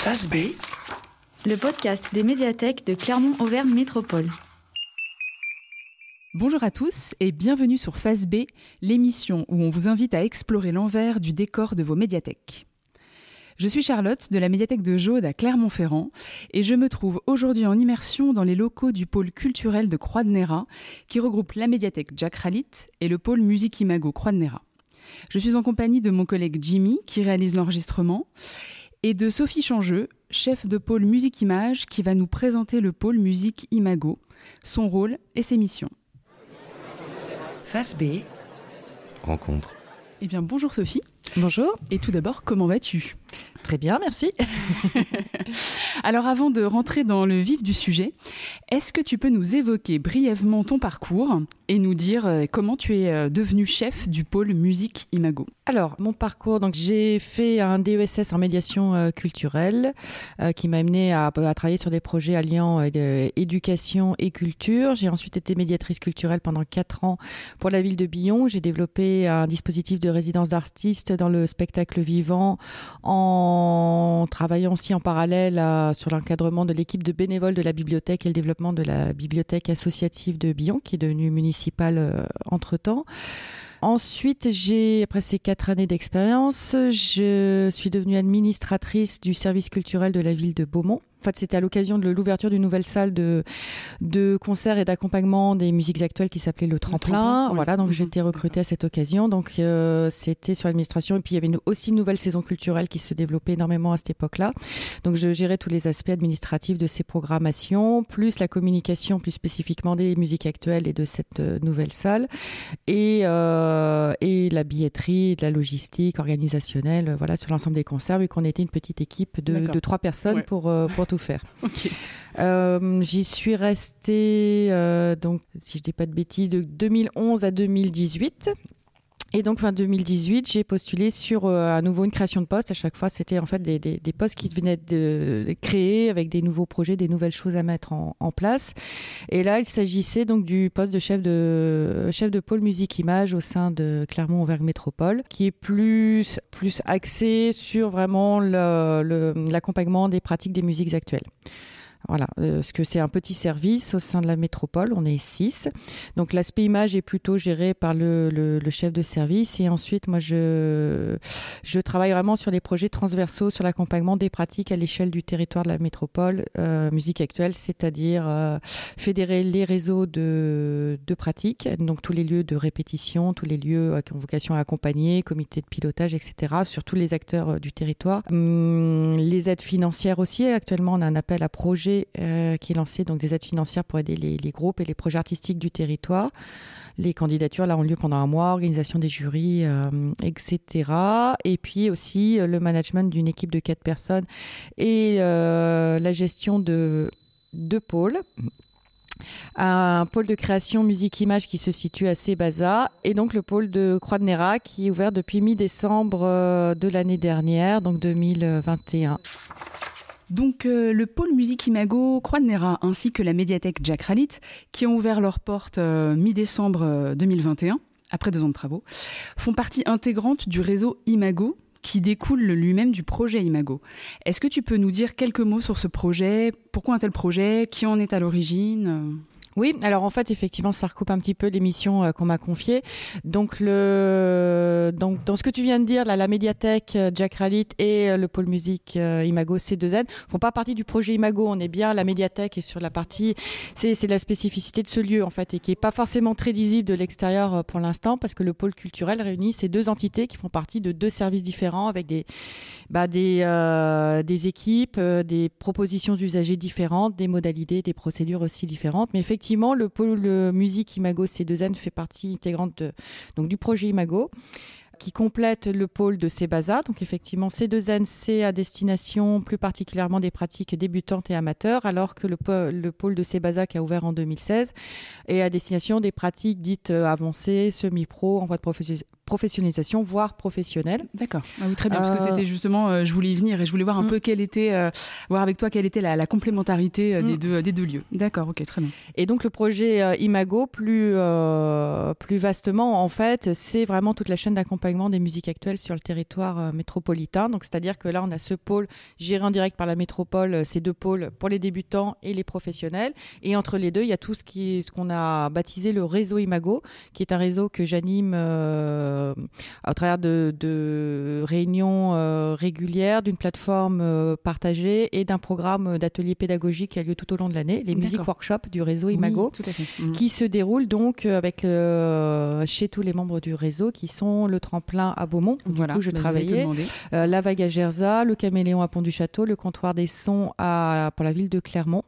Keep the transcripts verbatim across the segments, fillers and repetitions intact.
Face B, le podcast des médiathèques de Clermont-Auvergne Métropole. Bonjour à tous et bienvenue sur Face B, l'émission où on vous invite à explorer l'envers du décor de vos médiathèques. Je suis Charlotte de la médiathèque de Jaude à Clermont-Ferrand et je me trouve aujourd'hui en immersion dans les locaux du pôle culturel de Croix-de-Néra qui regroupe la médiathèque Jack Ralit et le pôle Musique Imago Croix-de-Néra. Je suis en compagnie de mon collègue Jimmy qui réalise l'enregistrement et de Sophie Changeux, chef de pôle Musique Image qui va nous présenter le pôle Musique Imago, son rôle et ses missions. Face B, rencontre. Eh bien bonjour Sophie. Bonjour. Et tout d'abord, comment vas-tu ? Très bien, merci. Alors avant de rentrer dans le vif du sujet, est-ce que tu peux nous évoquer brièvement ton parcours et nous dire comment tu es devenu chef du pôle Musique Imago ? Alors, mon parcours, donc j'ai fait un D E S S en médiation euh, culturelle euh, qui m'a amené à, à travailler sur des projets alliant euh, éducation et culture. J'ai ensuite été médiatrice culturelle pendant quatre ans pour la ville de Billon. J'ai développé un dispositif de résidence d'artistes dans le spectacle vivant en travaillant aussi en parallèle à, sur l'encadrement de l'équipe de bénévoles de la bibliothèque et le développement de la bibliothèque associative de Billon qui est devenue municipale euh, entre-temps. Ensuite, j'ai, après ces quatre années d'expérience, je suis devenue administratrice du service culturel de la ville de Beaumont. En fait, c'était à l'occasion de l'ouverture d'une nouvelle salle de, de concerts et d'accompagnement des musiques actuelles qui s'appelait Le Tremplin. Le tremplin voilà, donc mmh, j'ai été recrutée à cette occasion. Donc, euh, c'était sur l'administration. Et puis, il y avait une, aussi une nouvelle saison culturelle qui se développait énormément à cette époque-là. Donc, je gérais tous les aspects administratifs de ces programmations, plus la communication, plus spécifiquement des musiques actuelles et de cette euh, nouvelle salle. Et, euh, et la billetterie, de la logistique organisationnelle, voilà, sur l'ensemble des concerts, vu qu'on était une petite équipe de, de trois personnes ouais. pour, euh, pour tout faire. Okay. Euh, j'y suis restée, euh, donc, si je ne dis pas de bêtises, de deux mille onze à deux mille dix-huit. Et donc, fin deux mille dix-huit, j'ai postulé sur euh, à nouveau une création de poste. À chaque fois, c'était en fait des, des, des postes qui venaient de, de créer avec des nouveaux projets, des nouvelles choses à mettre en, en place. Et là, il s'agissait donc du poste de chef de chef de pôle musique image au sein de Clermont-Auvergne Métropole, qui est plus plus axé sur vraiment le, le, l'accompagnement des pratiques des musiques actuelles. Voilà, euh, parce que c'est un petit service au sein de la métropole, on est six. Donc l'aspect image est plutôt géré par le, le, le chef de service et ensuite moi je, je travaille vraiment sur les projets transversaux sur l'accompagnement des pratiques à l'échelle du territoire de la métropole, euh, musique actuelle, c'est-à-dire euh, fédérer les réseaux de, de pratiques, donc tous les lieux de répétition, tous les lieux euh, qui ont vocation à accompagner, comité de pilotage, et cetera, sur tous les acteurs euh, du territoire. Hum, les aides financières aussi, actuellement on a un appel à projet Euh, qui est lancé, donc des aides financières pour aider les, les groupes et les projets artistiques du territoire. Les candidatures là ont lieu pendant un mois, organisation des jurys, euh, et cetera. Et puis aussi euh, le management d'une équipe de quatre personnes et euh, la gestion de deux pôles. Un pôle de création musique-image qui se situe à Sébaza et donc le pôle de Croix-de-Néra qui est ouvert depuis mi-décembre euh, de l'année dernière, donc deux mille vingt et un. Donc euh, le pôle Musique Imago Croix-de-Néra ainsi que la médiathèque Jack Ralit qui ont ouvert leurs portes euh, mi-décembre euh, deux mille vingt et un, après deux ans de travaux, font partie intégrante du réseau Imago qui découle lui-même du projet Imago. Est-ce que tu peux nous dire quelques mots sur ce projet ? Pourquoi un tel projet ? Qui en est à l'origine ? Oui, alors en fait, effectivement, ça recoupe un petit peu les missions euh, qu'on m'a confiées. Donc, le, donc, dans ce que tu viens de dire, là, la médiathèque euh, Jack Ralit et euh, le pôle musique euh, Imago C deux N font pas partie du projet Imago. On est bien, la médiathèque est sur la partie, c'est, c'est la spécificité de ce lieu, en fait, et qui est pas forcément très visible de l'extérieur euh, pour l'instant, parce que le pôle culturel réunit ces deux entités qui font partie de deux services différents avec des, bah, des, euh, des équipes, euh, des propositions d'usagers différentes, des modalités, des procédures aussi différentes. Mais effectivement, Effectivement, le pôle musique Imago C deux N fait partie intégrante de, donc, du projet Imago qui complète le pôle de Sébaza. Donc effectivement, C deux N, c'est à destination plus particulièrement des pratiques débutantes et amateurs, alors que le, le pôle de Sébaza qui a ouvert en deux mille seize est à destination des pratiques dites avancées, semi-pro, en voie de professionnalisation, voire professionnelle. D'accord, ah oui, très bien, parce que Euh, c'était justement, euh, je voulais y venir et je voulais voir un Mm. peu quelle était, euh, voir avec toi quelle était la, la complémentarité euh, des, Mm. deux, des deux lieux. D'accord, ok, très bien. Et donc le projet euh, Imago, plus, euh, plus vastement, en fait, c'est vraiment toute la chaîne d'accompagnement des musiques actuelles sur le territoire euh, métropolitain. Donc c'est-à-dire que là, on a ce pôle géré en direct par la métropole, euh, ces deux pôles pour les débutants et les professionnels. Et entre les deux, il y a tout ce, qui est, ce qu'on a baptisé le réseau Imago, qui est un réseau que j'anime euh, au travers de, de réunions euh, régulières, d'une plateforme euh, partagée et d'un programme d'ateliers pédagogiques qui a lieu tout au long de l'année, les musiques D'accord. workshops du réseau Imago, Oui, tout à fait. Mhm. qui se déroule donc euh, avec euh, chez tous les membres du réseau, qui sont le tremplin à Beaumont, où Voilà, du coup je bah, j'allais te travaillais, demander. euh, la Vague à Gerza, le Caméléon à Pont-du-Château, le comptoir des sons à, pour la ville de Clermont.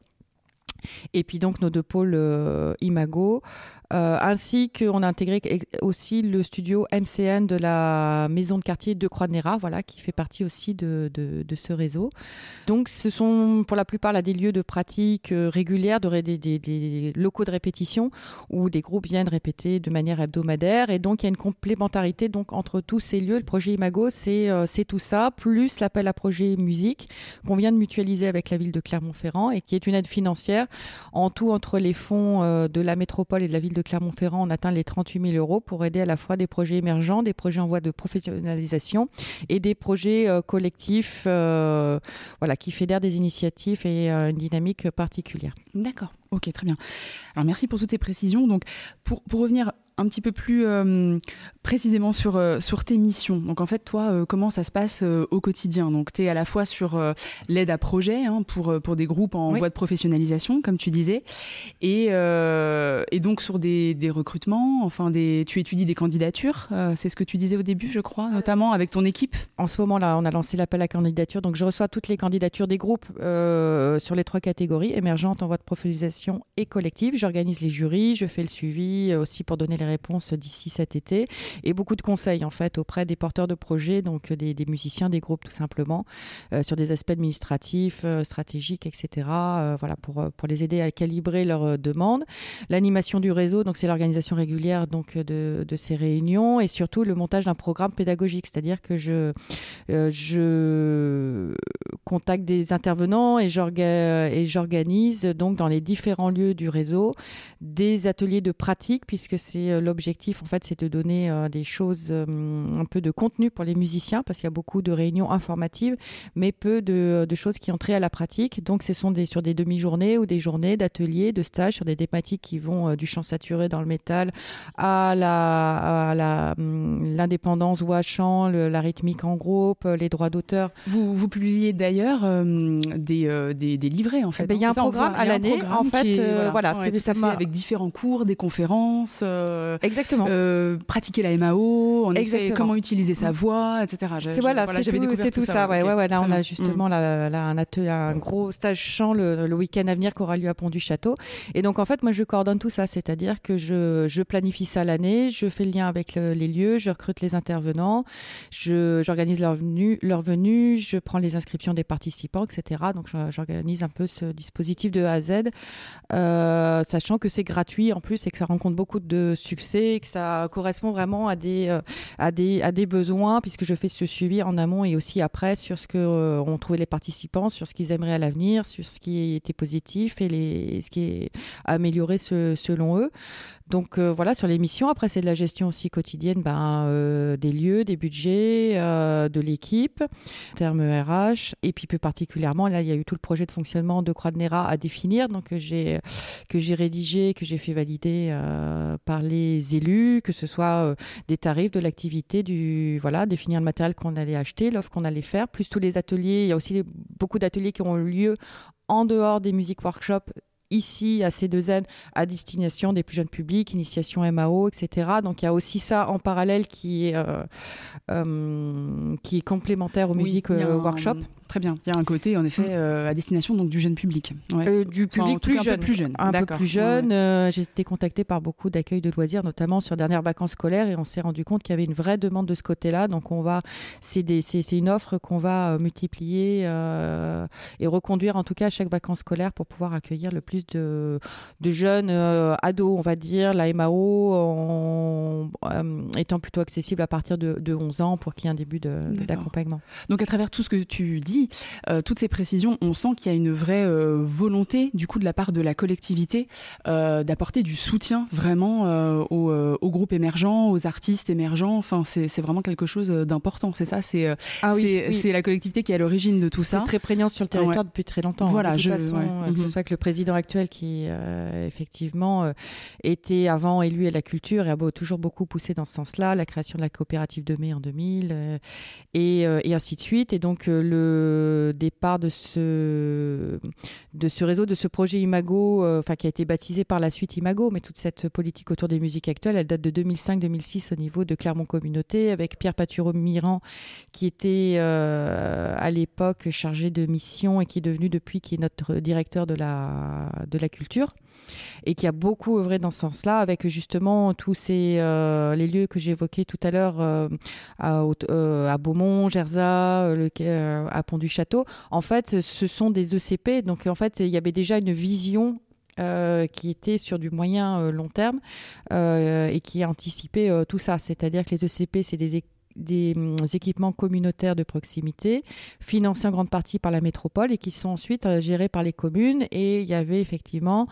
Et puis donc nos deux pôles euh, Imago, euh, ainsi qu'on a intégré aussi le studio M C N de la maison de quartier de Croix-de-Néra, voilà, qui fait partie aussi de, de, de ce réseau. Donc ce sont pour la plupart là, des lieux de pratique euh, régulière, de, ré- des, des, des locaux de répétition où des groupes viennent répéter de manière hebdomadaire. Et donc il y a une complémentarité donc, entre tous ces lieux. Le projet Imago, c'est, euh, c'est tout ça, plus l'appel à projet musique qu'on vient de mutualiser avec la ville de Clermont-Ferrand et qui est une aide financière. En tout, entre les fonds euh, de la métropole et de la ville de Clermont-Ferrand, on atteint les trente-huit mille euros pour aider à la fois des projets émergents, des projets en voie de professionnalisation et des projets euh, collectifs euh, voilà, qui fédèrent des initiatives et euh, une dynamique particulière. D'accord, ok, très bien. Alors merci pour toutes ces précisions. Donc pour, pour revenir un petit peu plus euh, précisément sur, euh, sur tes missions. Donc en fait, toi, euh, comment ça se passe euh, au quotidien? Donc tu es à la fois sur euh, l'aide à projet hein, pour, pour des groupes en Oui. voie de professionnalisation, comme tu disais, et, euh, et donc sur des, des recrutements, enfin des, tu étudies des candidatures, euh, c'est ce que tu disais au début, je crois, notamment avec ton équipe. En ce moment-là, on a lancé l'appel à candidature. Donc, je reçois toutes les candidatures des groupes euh, sur les trois catégories, émergentes, en voie de professionnalisation et collective. J'organise les jurys, je fais le suivi euh, aussi pour donner les réponses d'ici cet été. Et beaucoup de conseils, en fait, auprès des porteurs de projets, donc des, des musiciens, des groupes, tout simplement, euh, sur des aspects administratifs, euh, stratégiques, et cetera. Euh, voilà, pour, pour les aider à calibrer leurs euh, demandes. L'animation du réseau, donc c'est l'organisation régulière donc, de, de ces réunions et surtout le montage d'un programme pédagogique. C'est-à-dire que je Euh, je contacte des intervenants et, j'orga- et j'organise donc dans les différents lieux du réseau des ateliers de pratique, puisque c'est euh, l'objectif en fait, c'est de donner euh, des choses, euh, un peu de contenu pour les musiciens, parce qu'il y a beaucoup de réunions informatives, mais peu de, de choses qui ont trait à la pratique. Donc ce sont des, sur des demi-journées ou des journées d'ateliers, de stages sur des thématiques qui vont euh, du chant saturé dans le métal à la, à la, hum, l'indépendance voix chant, le, la rythmique en groupe, les droits d'auteur. Vous, vous publiez d'ailleurs euh, des, euh, des, des livrets en fait. Eh ben, il y a hein, un c'est ça, on programme voit, à il y a un l'année, programme en fait, qui est, euh, voilà, ouais, c'est- tout ça à fait, m'a- avec différents cours, des conférences, euh, Exactement. euh, pratiquer la M A O, en effet, Exactement. comment utiliser sa voix, et cetera. Je- C'est je- voilà, voilà, c'est j'avais tout, découvert c'est tout ça. Ouais, ok, ouais, ouais. Là, très on a bien. justement là, là, un, atelier, un gros stage chant le, le week-end à venir qui aura lieu à Pont-du-Château. Et donc, en fait, moi, je coordonne tout ça. C'est-à-dire que je, je planifie ça l'année, je fais le lien avec le- les lieux, je recrute les intervenants, je, j'organise leur venue, leur venue, je prends les inscriptions des participants, et cetera. Donc, je- j'organise un peu ce dispositif de A à Z, euh, sachant que c'est gratuit en plus et que ça rencontre beaucoup de succès et que ça correspond vraiment à des, euh, à des, à des besoins, puisque je fais ce suivi en amont et aussi après sur ce que euh, ont trouvé les participants, sur ce qu'ils aimeraient à l'avenir, sur ce qui était positif et les, ce qui est amélioré ce- selon eux. Donc euh, voilà, sur les missions. Après, c'est de la gestion aussi quotidienne ben, euh, des lieux, des budgets, euh, de l'équipe, en termes R H. Et puis plus particulièrement, là, il y a eu tout le projet de fonctionnement de Croix-de-Néra à définir, donc que j'ai, que j'ai rédigé, que j'ai fait valider euh, par les élus, que ce soit euh, des tarifs, de l'activité, du voilà, définir le matériel qu'on allait acheter, l'offre qu'on allait faire, plus tous les ateliers. Il y a aussi beaucoup d'ateliers qui ont lieu en dehors des musiques workshops, ici à C deux N, à destination des plus jeunes publics, initiation M A O, et cetera. Donc il y a aussi ça en parallèle qui est, euh, euh, qui est complémentaire aux Oui, musiques il y a euh, un- workshop. Très bien. Il y a un côté, en effet, euh, à destination donc, du jeune public. Ouais. Euh, du Enfin, en public tout plus, cas, jeune, un peu plus jeune. un peu D'accord. plus jeune. Ouais, ouais. Euh, j'ai été contactée par beaucoup d'accueils de loisirs, notamment sur dernières vacances scolaires, et on s'est rendu compte qu'il y avait une vraie demande de ce côté-là. Donc on va, c'est, des, c'est, c'est une offre qu'on va euh, multiplier euh, et reconduire en tout cas à chaque vacances scolaires pour pouvoir accueillir le plus plus de, de jeunes euh, ados, on va dire, la M A O en, euh, étant plutôt accessible à partir de, de onze ans pour qu'il y ait un début de, d'accompagnement. Donc à travers tout ce que tu dis, euh, toutes ces précisions, on sent qu'il y a une vraie euh, volonté du coup de la part de la collectivité euh, d'apporter du soutien vraiment euh, aux, euh, aux groupes émergents, aux artistes émergents. Enfin, c'est, c'est vraiment quelque chose d'important, c'est ça, c'est, ah oui, c'est, oui. c'est la collectivité qui est à l'origine de tout c'est ça. C'est très prégnant sur le territoire ouais. depuis très longtemps. Voilà, de toute je, façon, ouais. euh, que mm-hmm. ce soit avec le président actuel qui euh, effectivement euh, était avant élu à la culture et a beau, toujours beaucoup poussé dans ce sens-là, la création de la coopérative de mai en deux mille euh, et, euh, et ainsi de suite. Et donc euh, le départ de ce, de ce réseau, de ce projet Imago, euh, qui a été baptisé par la suite Imago, mais toute cette politique autour des musiques actuelles, elle date de deux mille cinq deux mille six au niveau de Clermont Communauté, avec Pierre Patureau-Mirand qui était euh, à l'époque chargé de mission et qui est devenu depuis qui est notre directeur de la, de la culture et qui a beaucoup œuvré dans ce sens-là avec justement tous ces euh, les lieux que j'évoquais tout à l'heure euh, à, euh, à Beaumont, Gerzat, euh, le, euh, à Pont-du-Château. En fait, ce sont des E C P, donc en fait, il y avait déjà une vision Euh, qui était sur du moyen euh, long terme euh, et qui a anticipé euh, tout ça. C'est-à-dire que les E C P, c'est des, é- des euh, équipements communautaires de proximité, financés en grande partie par la métropole et qui sont ensuite euh, gérés par les communes. Et il y avait effectivement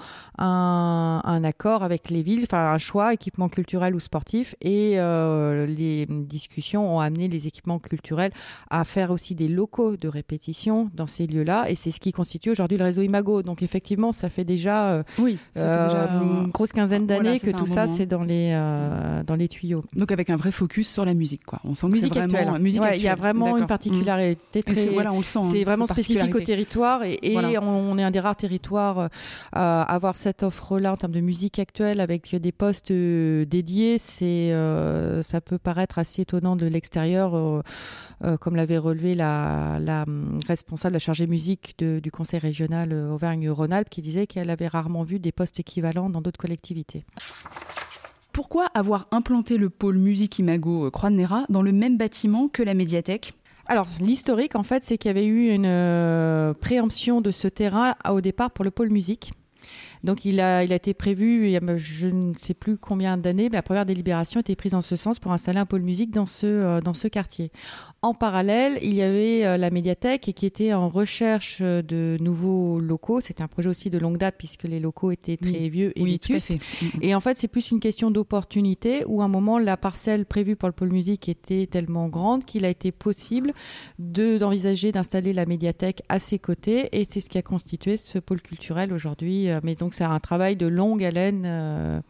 un, un accord avec les villes, enfin un choix, équipement culturel ou sportif. Et euh, les discussions ont amené les équipements culturels à faire aussi des locaux de répétition dans ces lieux-là. Et c'est ce qui constitue aujourd'hui le réseau Imago. Donc effectivement, ça fait déjà, euh, oui, ça euh, fait déjà une grosse quinzaine d'années voilà, que ça, tout ça, moment. c'est dans les, euh, dans les tuyaux. Donc avec un vrai focus sur la musique, quoi. On sent que musique c'est vraiment actuelle. musique Ouais, actuelle. il y a vraiment D'accord. une particularité très. C'est, voilà, on le sent. C'est hein, vraiment cette spécifique au territoire et, et voilà. on, on est un des rares territoires euh, à avoir cette offre-là en termes de musique actuelle avec des postes euh, dédiés. C'est, euh, ça peut paraître assez étonnant de l'extérieur, euh, euh, comme l'avait relevé la, la responsable, la chargée musique de, du conseil régional euh, Auvergne-Rhône-Alpes, qui disait qu'elle avait rarement vu des postes équivalents dans d'autres collectivités. Pourquoi avoir implanté le pôle musique Imago Croix-de-Néra dans le même bâtiment que la médiathèque ? Alors, l'historique, en fait, c'est qu'il y avait eu une euh, préemption de ce terrain au départ pour le pôle musique. Donc, il a, il a été prévu, il y a, je ne sais plus combien d'années, mais la première délibération a été prise en ce sens pour installer un pôle musique dans ce, euh, dans ce quartier. En parallèle, il y avait euh, la médiathèque qui était en recherche de nouveaux locaux. C'était un projet aussi de longue date puisque les locaux étaient très oui. vieux et oui, vétustes. tout à fait. Et en fait, c'est plus une question d'opportunité où à un moment, la parcelle prévue pour le pôle musique était tellement grande qu'il a été possible de, d'envisager d'installer la médiathèque à ses côtés. Et c'est ce qui a constitué ce pôle culturel aujourd'hui. Mais donc, c'est un travail de longue haleine, euh,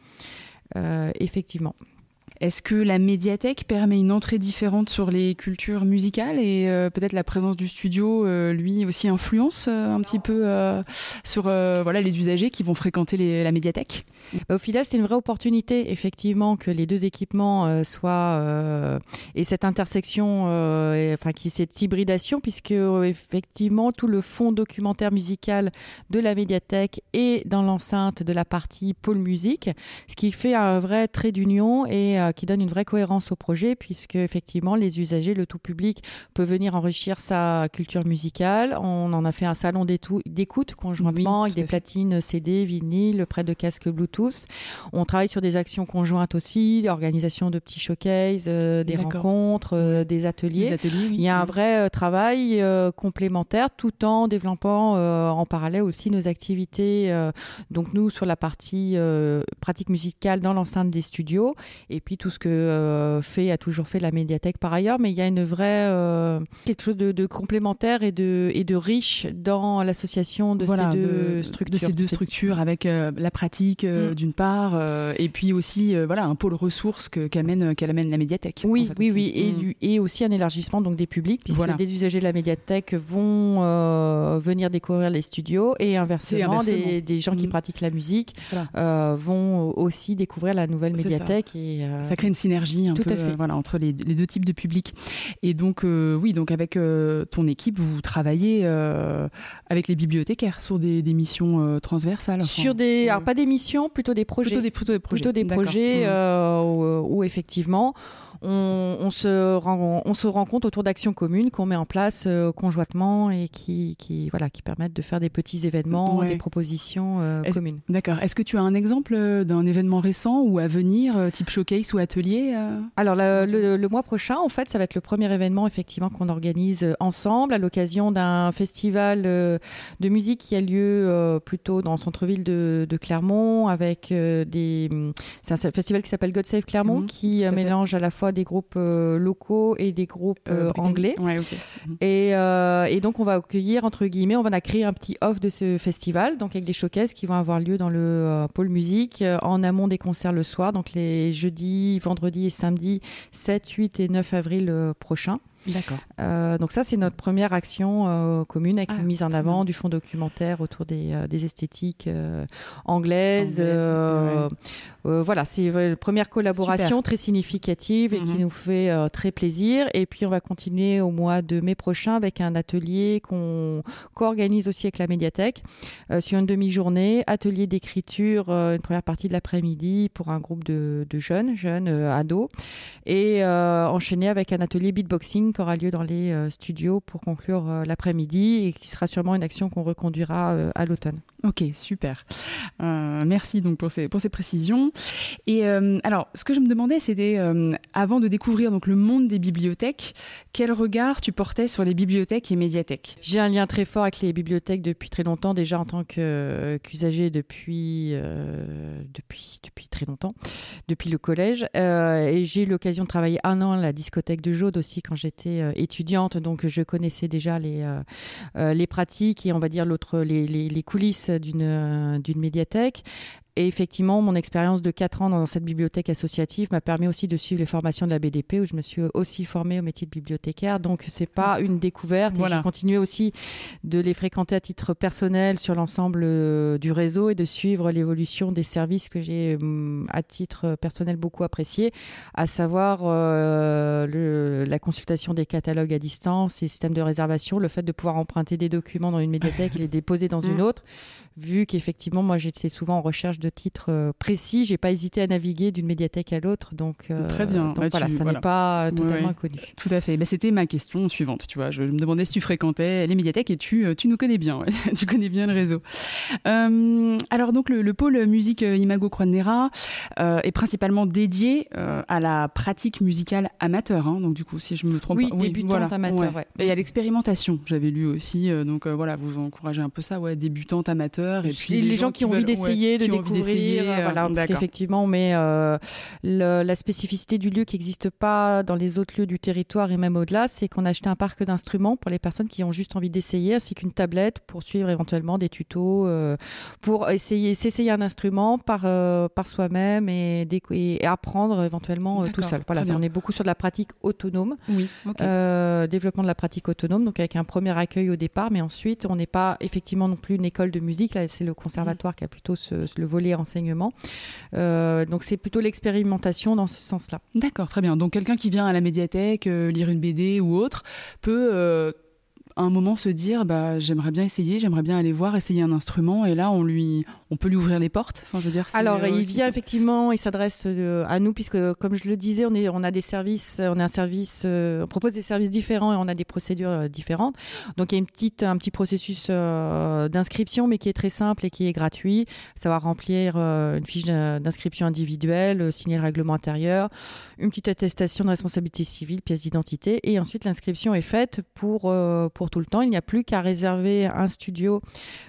euh, effectivement. Est-ce que la médiathèque permet une entrée différente sur les cultures musicales et euh, peut-être la présence du studio, euh, lui aussi influence euh, un petit peu euh, sur euh, voilà, les usagers qui vont fréquenter les, la médiathèque ? Au final, c'est une vraie opportunité, effectivement, que les deux équipements euh, soient euh, et cette intersection, euh, et, enfin, qui cette hybridation, puisque euh, effectivement tout le fond documentaire musical de la médiathèque est dans l'enceinte de la partie pôle musique, ce qui fait un vrai trait d'union et euh, qui donne une vraie cohérence au projet, puisque effectivement les usagers, le tout public, peut venir enrichir sa culture musicale. On en a fait un salon d'écoute conjointement oui, avec des fait. platines C D, vinyle, près de casques Bluetooth. On travaille sur des actions conjointes aussi, l'organisation de petits showcases, euh, des D'accord. rencontres, euh, des ateliers. Des ateliers oui. Il y a un vrai euh, travail euh, complémentaire tout en développant euh, en parallèle aussi nos activités. Euh, donc nous, sur la partie euh, pratique musicale dans l'enceinte des studios et puis tout ce que euh, fait, a toujours fait la médiathèque par ailleurs. Mais il y a une vraie, euh, quelque chose de, de complémentaire et de, et de riche dans l'association de voilà, ces deux de, structures. De ces deux structures avec euh, la pratique euh, mmh. d'une part euh, et puis aussi euh, voilà, un pôle ressources que, qu'amène, qu'elle amène la médiathèque. Oui, en fait, oui, aussi. oui. Et, mmh. et aussi un élargissement donc, des publics puisque voilà. des usagers de la médiathèque vont euh, venir découvrir les studios et inversement, inversement. Des, des gens mmh. qui pratiquent la musique voilà. euh, vont aussi découvrir la nouvelle C'est médiathèque. Ça. Et, euh, ça crée une synergie un tout peu à fait. Euh, voilà, entre les, les deux types de publics. Et donc, euh, oui, donc avec euh, ton équipe, vous travaillez euh, avec les bibliothécaires sur des, des missions euh, transversales. Enfin, sur des, euh, alors pas des missions, plutôt des projets. Plutôt des, plutôt des projets. Plutôt des D'accord. projets mmh. euh, où, où effectivement on, on, se rend, on se rend compte autour d'actions communes qu'on met en place euh, conjointement et qui, qui, voilà, qui permettent de faire des petits événements, ouais. des propositions euh, Est-ce, communes. D'accord. Est-ce que tu as un exemple d'un événement récent ou à venir, type showcase ou atelier euh... Alors, le, le, le mois prochain, en fait, ça va être le premier événement effectivement qu'on organise ensemble à l'occasion d'un festival euh, de musique qui a lieu euh, plutôt dans le centre-ville de, de Clermont avec euh, des... C'est un festival qui s'appelle God Save Clermont mmh, qui euh, mélange à la fois des groupes euh, locaux et des groupes euh, anglais. Ouais, okay. mmh. et, euh, et donc, on va accueillir, entre guillemets, on va créer un petit off de ce festival, donc avec des showcases qui vont avoir lieu dans le euh, pôle musique euh, en amont des concerts le soir, donc les jeudis, vendredis et samedis sept, huit et neuf avril euh, prochains. D'accord. Euh, donc ça, c'est notre première action euh, commune avec ah, une mise en avant du fond documentaire autour des, euh, des esthétiques euh, anglaises. Anglaise, euh, ouais. euh, voilà, c'est une première collaboration Super. Très significative et mm-hmm. qui nous fait euh, très plaisir. Et puis, on va continuer au mois de mai prochain avec un atelier qu'on co-organise aussi avec la médiathèque euh, sur une demi-journée, atelier d'écriture, euh, une première partie de l'après-midi pour un groupe de, de jeunes, jeunes euh, ados, et euh, enchaîner avec un atelier beatboxing qui aura lieu dans les euh, studios pour conclure euh, l'après-midi et qui sera sûrement une action qu'on reconduira euh, à l'automne. Ok, super. Euh, merci donc pour ces, pour ces précisions. Et euh, alors, ce que je me demandais, c'était, euh, avant de découvrir donc, le monde des bibliothèques, quel regard tu portais sur les bibliothèques et médiathèques ? J'ai un lien très fort avec les bibliothèques depuis très longtemps, déjà en tant que, euh, qu'usager depuis, euh, depuis, depuis très longtemps, depuis le collège. Euh, et j'ai eu l'occasion de travailler un an à la discothèque de Jaude aussi quand j'étais euh, étudiante, donc je connaissais déjà les, euh, euh, les pratiques et on va dire l'autre, les, les, les coulisses d'une, euh, d'une médiathèque. Et effectivement, mon expérience de quatre ans dans cette bibliothèque associative m'a permis aussi de suivre les formations de la B D P où je me suis aussi formée au métier de bibliothécaire. Donc, c'est pas une découverte. Voilà. Et j'ai continué aussi de les fréquenter à titre personnel sur l'ensemble euh, du réseau et de suivre l'évolution des services que j'ai euh, à titre personnel beaucoup apprécié, à savoir euh, le, la consultation des catalogues à distance, les systèmes de réservation, le fait de pouvoir emprunter des documents dans une médiathèque et les déposer dans une autre. Vu qu'effectivement, moi, j'étais souvent en recherche de titres euh, précis, j'ai pas hésité à naviguer d'une médiathèque à l'autre. Donc, euh, très bien. Donc bah, voilà, tu, ça voilà. n'est pas totalement ouais, ouais. inconnu. Tout à fait. Bah, c'était ma question suivante. Tu vois, je me demandais si tu fréquentais les médiathèques et tu, tu nous connais bien. Ouais. Tu connais bien le réseau. Euh, alors donc le, le pôle musique Imago Croix de Néra euh, est principalement dédié euh, à la pratique musicale amateur. Hein. Donc du coup, si je me trompe oui, pas, débutante voilà. amateur. Ouais. Ouais. Et à l'expérimentation, j'avais lu aussi. Euh, donc euh, voilà, vous encouragez un peu ça, ouais, débutante amateur. Et puis les, les gens, gens qui, qui ont envie d'essayer, ouais, de découvrir, euh, voilà, parce qu'effectivement, mais euh, le, la spécificité du lieu qui n'existe pas dans les autres lieux du territoire et même au-delà, c'est qu'on a acheté un parc d'instruments pour les personnes qui ont juste envie d'essayer, ainsi qu'une tablette pour suivre éventuellement des tutos, euh, pour essayer, s'essayer un instrument par euh, par soi-même et, et apprendre éventuellement euh, tout seul. Voilà, on est beaucoup sur de la pratique autonome, oui, okay. euh, développement de la pratique autonome, donc avec un premier accueil au départ, mais ensuite on n'est pas effectivement non plus une école de musique. Là, c'est le conservatoire mmh. qui a plutôt ce, le volet enseignement. Euh, donc c'est plutôt l'expérimentation dans ce sens-là. D'accord, très bien. Donc quelqu'un qui vient à la médiathèque euh, lire une B D ou autre peut euh, à un moment se dire bah, j'aimerais bien essayer, j'aimerais bien aller voir, essayer un instrument, et là on, lui, on peut lui ouvrir les portes. Enfin, je veux dire, alors euh, il vient ça. Effectivement, il s'adresse euh, à nous puisque comme je le disais, on, est, on a des services, on a un service, euh, on propose des services différents et on a des procédures euh, différentes. Donc il y a une petite, un petit processus euh, d'inscription mais qui est très simple et qui est gratuit. Savoir remplir euh, une fiche d'inscription individuelle, euh, signer le règlement intérieur, une petite attestation de responsabilité civile, pièce d'identité, et ensuite l'inscription est faite pour, euh, pour tout le temps. Il n'y a plus qu'à réserver un studio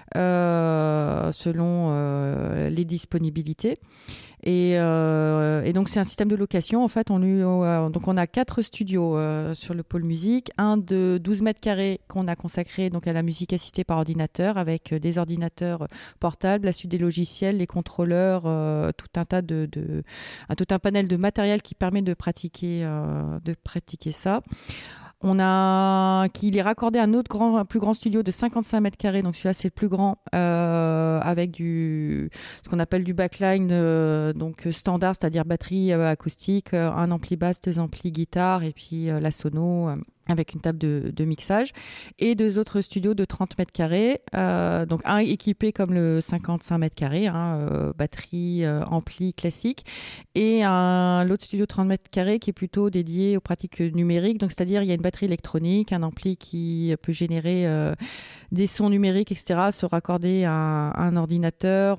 euh, selon euh, les disponibilités. Et, euh, et donc c'est un système de location. En fait, on, lui, euh, donc on a quatre studios euh, sur le pôle musique, un de douze mètres carrés qu'on a consacré donc à la musique assistée par ordinateur, avec des ordinateurs portables, la suite des logiciels, les contrôleurs, euh, tout un tas de, de un, tout un panel de matériel qui permet de pratiquer, euh, de pratiquer ça. On a qu'il est raccordé à un autre grand, un plus grand studio de cinquante-cinq mètres carrés, donc celui-là c'est le plus grand, euh, avec du ce qu'on appelle du backline, euh, donc standard, c'est-à-dire batterie euh, acoustique, euh, un ampli basse, deux amplis guitare et puis euh, la sono. Euh. avec une table de, de mixage, et deux autres studios de trente mètres carrés, euh, donc un équipé comme le cinquante-cinq mètres carrés, hein, euh, batterie, euh, ampli classique, et un, l'autre studio de trente mètres carrés qui est plutôt dédié aux pratiques numériques, donc c'est-à-dire il y a une batterie électronique, un ampli qui peut générer euh, des sons numériques, et cetera, se raccorder à un, à un ordinateur,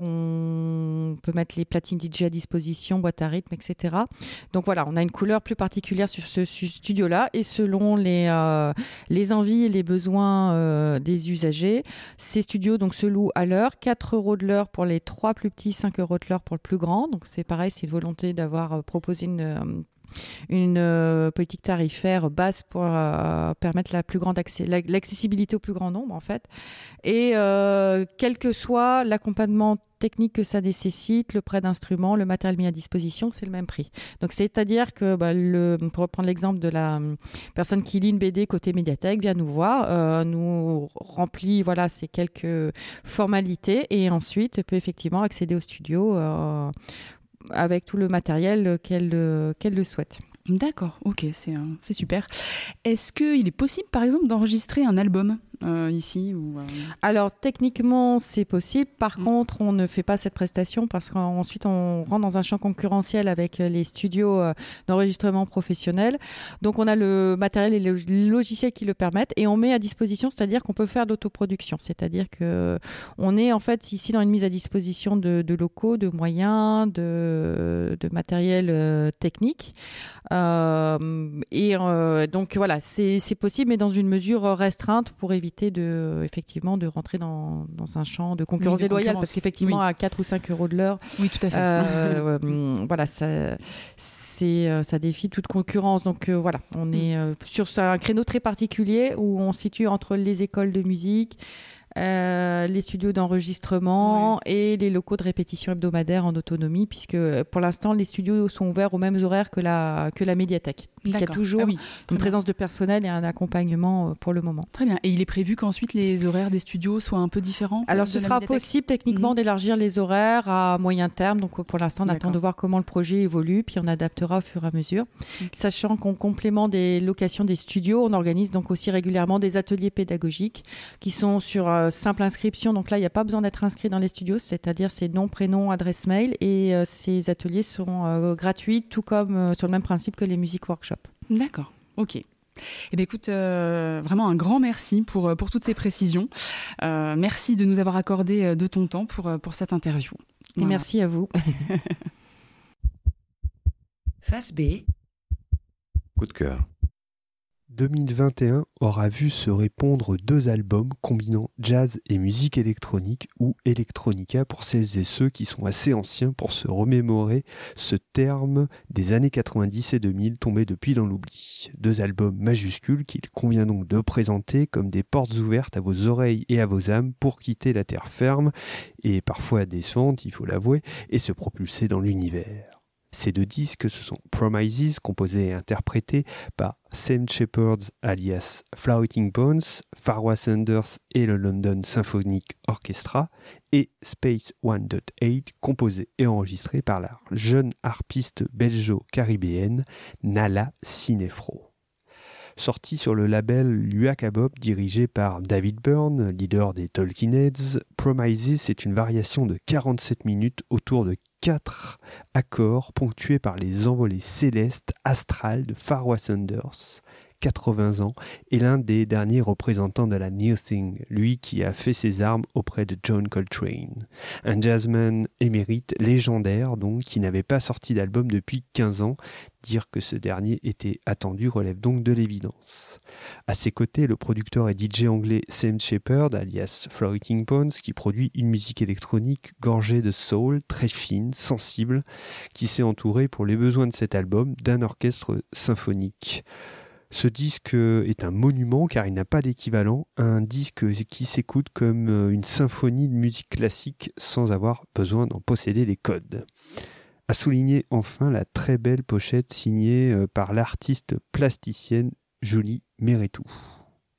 on peut mettre les platines D J à disposition, boîte à rythme, et cetera. Donc voilà, on a une couleur plus particulière sur ce studio-là, et selon les Les, euh, les envies et les besoins euh, des usagers. Ces studios donc, se louent à l'heure, quatre euros de l'heure pour les trois plus petits, cinq euros de l'heure pour le plus grand. Donc c'est pareil, c'est une volonté d'avoir euh, proposé une, euh, une euh, politique tarifaire basse pour euh, permettre la plus grande accès, la, l'accessibilité au plus grand nombre en fait. Et euh, quel que soit l'accompagnement technique que ça nécessite, le prêt d'instruments, le matériel mis à disposition, c'est le même prix. Donc c'est-à-dire que, bah, le, pour reprendre l'exemple de la personne qui lit une B D côté médiathèque, vient nous voir, euh, nous remplit voilà, ces quelques formalités et ensuite peut effectivement accéder au studio euh, avec tout le matériel qu'elle, qu'elle le souhaite. D'accord, ok, c'est, euh, c'est super. Est-ce qu'il est possible, par exemple, d'enregistrer un album euh, ici ou, euh... Alors, techniquement, c'est possible. Par mmh. contre, on ne fait pas cette prestation parce qu'ensuite, on rentre dans un champ concurrentiel avec les studios euh, d'enregistrement professionnels. Donc, on a le matériel et le logiciel qui le permettent et on met à disposition, c'est-à-dire qu'on peut faire d'autoproduction. C'est-à-dire qu'on est en fait ici dans une mise à disposition de, de locaux, de moyens, de, de matériel euh, technique. Euh, et euh, donc voilà, c'est, c'est possible, mais dans une mesure restreinte pour éviter de, effectivement, de rentrer dans, dans un champ de concurrence oui, déloyale, parce qu'effectivement, oui. à quatre ou cinq euros de l'heure, oui, tout à fait. Euh, euh, voilà, ça, c'est, ça défie toute concurrence. Donc euh, voilà, on mm. est euh, sur un créneau très particulier où on se situe entre les écoles de musique, Euh, les studios d'enregistrement oui. et les locaux de répétition hebdomadaire en autonomie, puisque pour l'instant les studios sont ouverts aux mêmes horaires que la, que la médiathèque, puisqu'il D'accord. y a toujours ah oui, une présence bien. de personnel et un accompagnement pour le moment. Très bien, et il est prévu qu'ensuite les horaires des studios soient un peu différents? Alors ce sera possible techniquement mmh. d'élargir les horaires à moyen terme, donc pour l'instant on D'accord. attend de voir comment le projet évolue, puis on adaptera au fur et à mesure, okay. sachant qu'en complément des locations des studios, on organise donc aussi régulièrement des ateliers pédagogiques qui sont sur euh, simple inscription, donc là il n'y a pas besoin d'être inscrit dans les studios, c'est-à-dire c'est nom, prénom, adresse mail, et euh, ces ateliers sont euh, gratuits, tout comme euh, sur le même principe que les music workshops. D'accord, ok. Eh bien, écoute, euh, vraiment un grand merci pour, pour toutes ces précisions. Euh, merci de nous avoir accordé de ton temps pour, pour cette interview. Et voilà. Merci à vous. Face B. Coup de cœur. deux mille vingt et un aura vu se répondre deux albums combinant jazz et musique électronique, ou electronica pour celles et ceux qui sont assez anciens pour se remémorer ce terme des années quatre-vingt-dix et deux mille tombé depuis dans l'oubli. Deux albums majuscules qu'il convient donc de présenter comme des portes ouvertes à vos oreilles et à vos âmes pour quitter la terre ferme, et parfois décevante, il faut l'avouer, et se propulser dans l'univers. Ces deux disques, ce sont Promises, composés et interprétés par Sam Shepard alias Floating Bones, Farwa Sanders et le London Symphonic Orchestra, et Space one point eight, composé et enregistré par la jeune harpiste belgeo-caribéenne Nala Cinefro. Sorti sur le label Luakabob dirigé par David Byrne, leader des Talking Heads, Promises est une variation de quarante-sept minutes autour de quatre accords ponctués par les envolées célestes astrales de Farwa Sanders, quatre-vingts ans, et l'un des derniers représentants de la New Thing, lui qui a fait ses armes auprès de John Coltrane. Un jazzman émérite, légendaire donc, qui n'avait pas sorti d'album depuis quinze ans. Dire que ce dernier était attendu relève donc de l'évidence. À ses côtés, le producteur et D J anglais Sam Shepard, alias Floating Bones, qui produit une musique électronique gorgée de soul, très fine, sensible, qui s'est entouré pour les besoins de cet album d'un orchestre symphonique. Ce disque est un monument car il n'a pas d'équivalent, un disque qui s'écoute comme une symphonie de musique classique sans avoir besoin d'en posséder les codes. À souligner enfin la très belle pochette signée par l'artiste plasticienne Julie Méretou.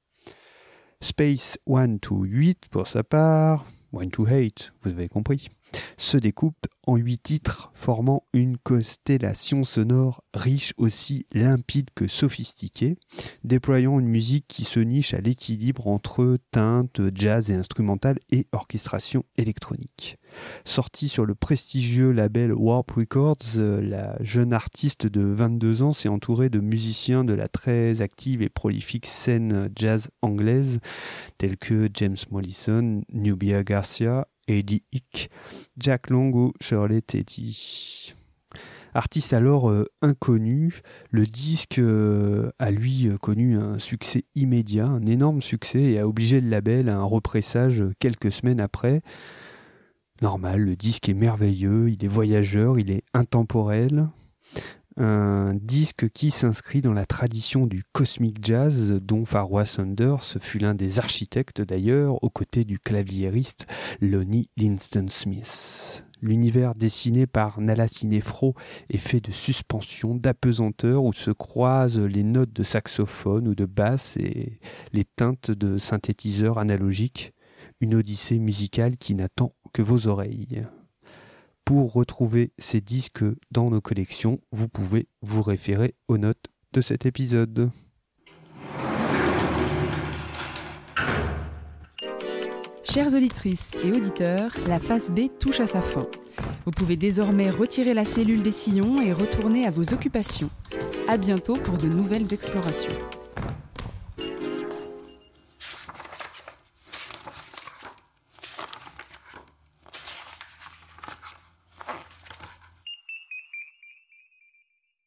Space one to eight pour sa part, one to eight, vous avez compris. se découpe en huit titres formant une constellation sonore riche, aussi limpide que sophistiquée, déployant une musique qui se niche à l'équilibre entre teintes, jazz et instrumental et orchestration électronique. Sortie sur le prestigieux label Warp Records, la jeune artiste de vingt-deux ans s'est entourée de musiciens de la très active et prolifique scène jazz anglaise tels que James Mollison, Nubia Garcia, Eddie Hick, Jack Long ou Shirley Teti. Artiste alors euh, inconnu, le disque euh, a lui euh, connu un succès immédiat, un énorme succès, et a obligé le label à un repressage quelques semaines après. Normal, le disque est merveilleux, il est voyageur, il est intemporel. Un disque qui s'inscrit dans la tradition du cosmic jazz, dont Pharoah Sanders fut l'un des architectes d'ailleurs, aux côtés du claviériste Lonnie Liston-Smith. L'univers dessiné par Nala Cinefro est fait de suspension, d'apesanteur, où se croisent les notes de saxophone ou de basse et les teintes de synthétiseurs analogiques. Une odyssée musicale qui n'attend que vos oreilles. Pour retrouver ces disques dans nos collections, vous pouvez vous référer aux notes de cet épisode. Chères auditrices et auditeurs, la phase B touche à sa fin. Vous pouvez désormais retirer la cellule des sillons et retourner à vos occupations. À bientôt pour de nouvelles explorations.